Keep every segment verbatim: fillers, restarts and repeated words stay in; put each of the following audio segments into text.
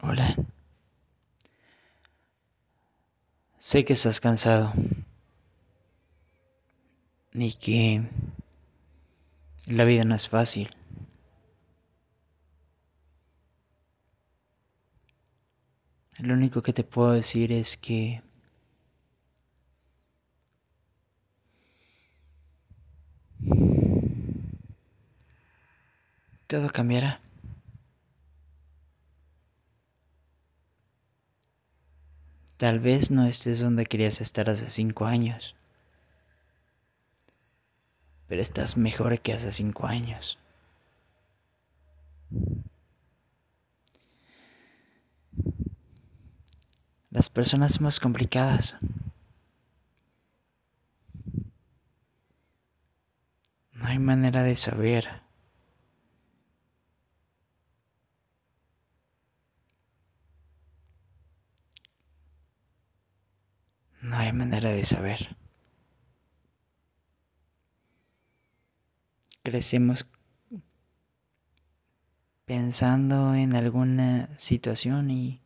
Hola, sé que estás cansado y que la vida no es fácil. Lo único que te puedo decir es que todo cambiará. Tal vez no estés donde querías estar hace cinco años, pero estás mejor que hace cinco años. Las personas somos complicadas. No hay manera de saber. No hay manera de saber. Crecemos pensando en alguna situación y,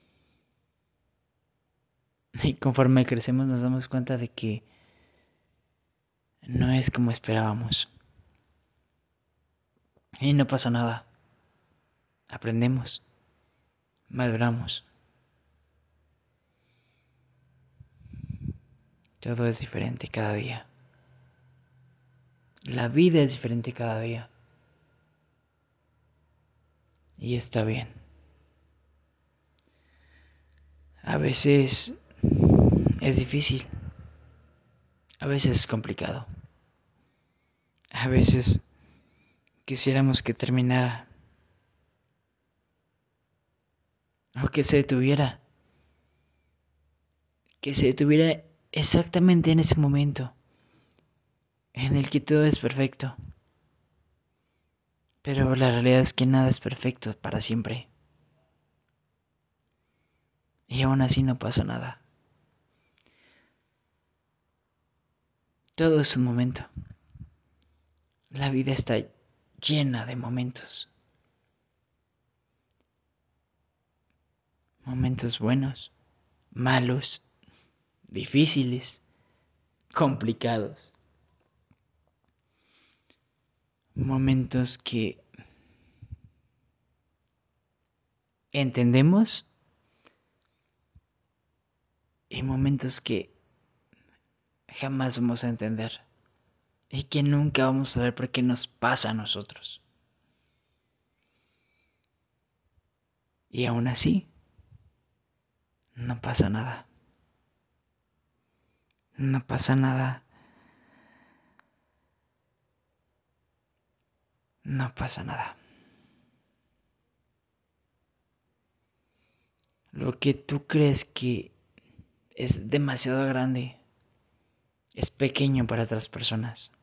y conforme crecemos nos damos cuenta de que no es como esperábamos. Y no pasa nada. Aprendemos, maduramos. Todo es diferente cada día. La vida es diferente cada día. Y está bien. A veces es difícil. A veces es complicado. A veces quisiéramos que terminara. O que se detuviera. Que se detuviera exactamente en ese momento. En el que todo es perfecto. Pero la realidad es que nada es perfecto para siempre. Y aún así no pasa nada. Todo es un momento. La vida está llena de momentos. Momentos buenos, malos, difíciles, complicados. Momentos que entendemos y momentos que jamás vamos a entender y que nunca vamos a saber por qué nos pasa a nosotros. Y aún así, no pasa nada. No pasa nada. No pasa nada. Lo que tú crees que es demasiado grande es pequeño para otras personas.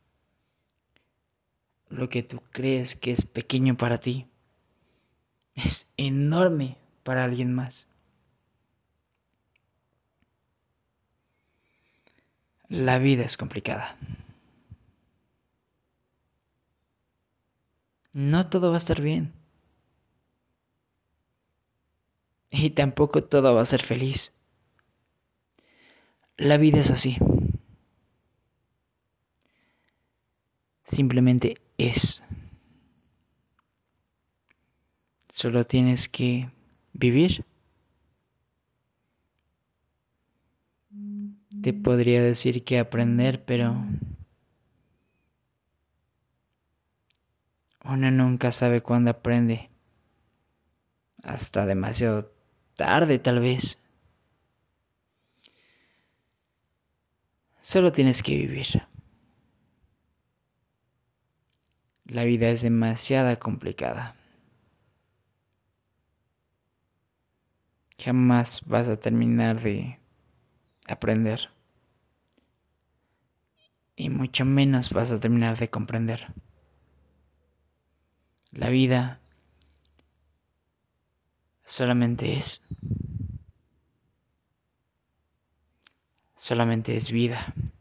Lo que tú crees que es pequeño para ti es enorme para alguien más. La vida es complicada. No todo va a estar bien. Y tampoco todo va a ser feliz. La vida es así. Simplemente es. Solo tienes que vivir. Te podría decir que aprender, pero uno nunca sabe cuándo aprende. Hasta demasiado tarde, tal vez. Solo tienes que vivir. La vida es demasiado complicada. Jamás vas a terminar de aprender. Y mucho menos vas a terminar de comprender. La vida solamente es. Solamente es vida.